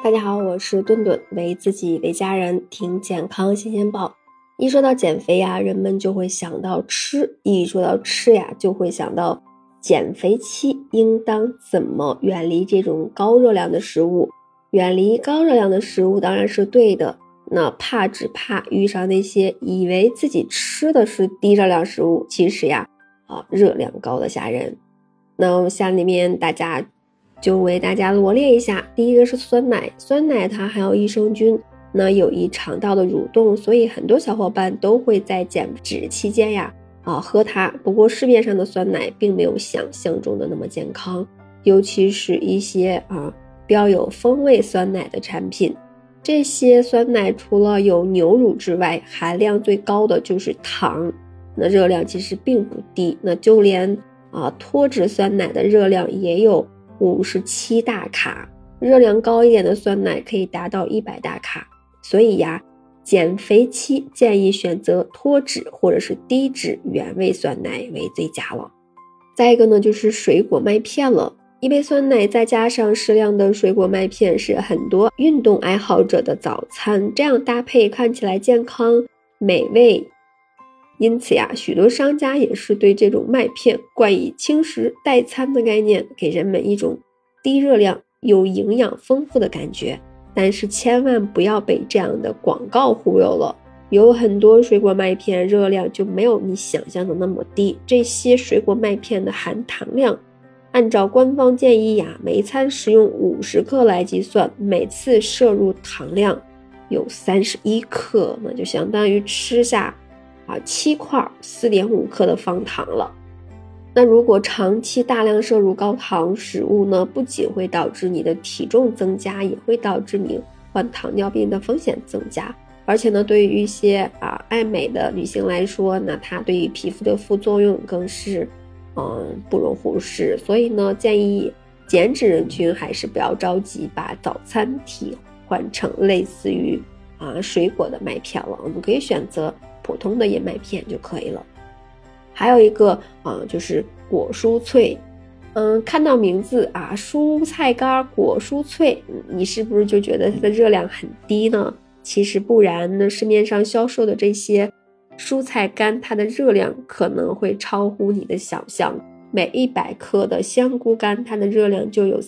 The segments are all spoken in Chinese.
大家好，我是顿顿，为自己为家人听健康新鲜报。一说到减肥呀，人们就会想到吃；一说到吃呀，就会想到减肥期应当怎么远离这种高热量的食物。远离高热量的食物当然是对的，那只怕遇上那些以为自己吃的是低热量食物，其实呀，热量高的吓人。那下面大家就为大家罗列一下。第一个是酸奶，酸奶它含有益生菌，那有益肠道的蠕动，所以很多小伙伴都会在减脂期间呀喝它。不过市面上的酸奶并没有想象中的那么健康，尤其是一些标有风味酸奶的产品。这些酸奶除了有牛乳之外，含量最高的就是糖，那热量其实并不低。那就连脱脂酸奶的热量也有57大卡，热量高一点的酸奶可以达到100大卡。所以呀，减肥期建议选择脱脂或者是低脂原味酸奶为最佳了。再一个呢，就是水果麦片了。一杯酸奶再加上适量的水果麦片，是很多运动爱好者的早餐，这样搭配看起来健康美味。因此呀，许多商家也是对这种麦片冠以轻食代餐的概念，给人们一种低热量又营养丰富的感觉。但是千万不要被这样的广告忽悠了，有很多水果麦片热量就没有你想象的那么低。这些水果麦片的含糖量按照官方建议呀，每餐食用50克来计算，每次摄入糖量有31克，那就相当于吃下7块4.5克的方糖了。那如果长期大量摄入高糖食物呢，不仅会导致你的体重增加，也会导致你患糖尿病的风险增加。而且呢，对于一些爱美的女性来说，那它对于皮肤的副作用更是不容忽视。所以呢，建议减脂人群还是不要着急把早餐替换成类似于水果的麦片了，我们可以选择普通的燕麦片就可以了。还有一个就是果蔬脆。看到名字蔬菜干果蔬脆，你是不是就觉得它的热量很低呢？其实不然，那市面上销售的这些蔬菜干，它的热量可能会超乎你的想象。每100克的香菇干，它的热量就有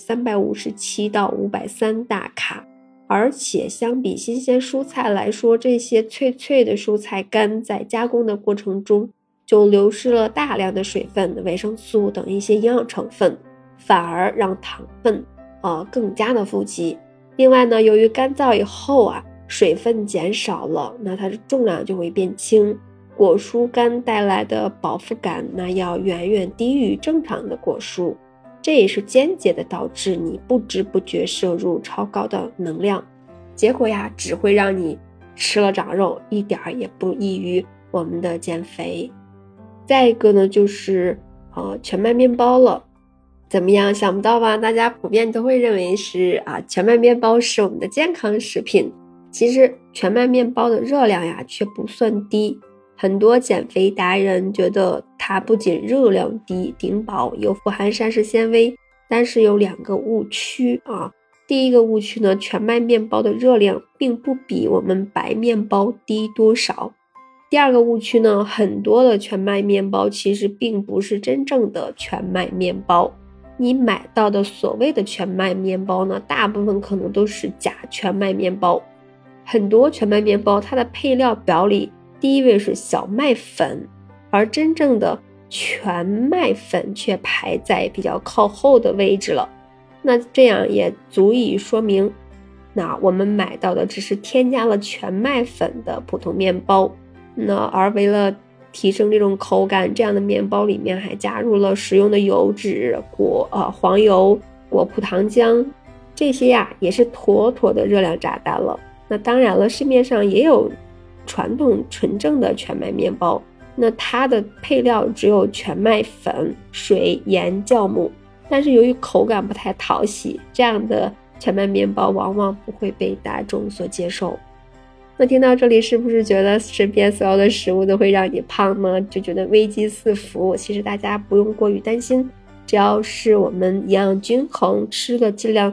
357到503大卡。而且相比新鲜蔬菜来说，这些脆脆的蔬菜干在加工的过程中就流失了大量的水分、维生素等一些营养成分，反而让糖分更加的富集。另外呢，由于干燥以后水分减少了，那它的重量就会变轻，果蔬干带来的饱腹感那要远远低于正常的果蔬，这也是间接的导致你不知不觉摄入超高的能量，结果呀，只会让你吃了长肉，一点也不益于我们的减肥。再一个呢，就是全麦面包了。怎么样，想不到吧？大家普遍都会认为是全麦面包是我们的健康食品。其实全麦面包的热量呀却不算低，很多减肥达人觉得它不仅热量低、顶饱，又富含膳食纤维，但是有2个误区第一个误区呢，全麦面包的热量并不比我们白面包低多少。第二个误区呢，很多的全麦面包其实并不是真正的全麦面包，你买到的所谓的全麦面包呢，大部分可能都是假全麦面包。很多全麦面包它的配料表里第一位是小麦粉，而真正的全麦粉却排在比较靠后的位置了。那这样也足以说明，那我们买到的只是添加了全麦粉的普通面包，那而为了提升这种口感，这样的面包里面还加入了食用的油脂、黄油、果葡糖浆，这些也是妥妥的热量炸弹了。那当然了，市面上也有传统纯正的全麦面包，那它的配料只有全麦粉、水、盐、酵母，但是由于口感不太讨喜，这样的全麦面包往往不会被大众所接受。那听到这里，是不是觉得身边所有的食物都会让你胖呢？就觉得危机四伏。其实大家不用过于担心，只要是我们营养均衡，吃的尽量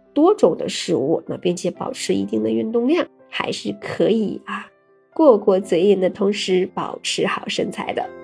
多种的食物，并且保持一定的运动量，还是可以过过嘴瘾的同时保持好身材的。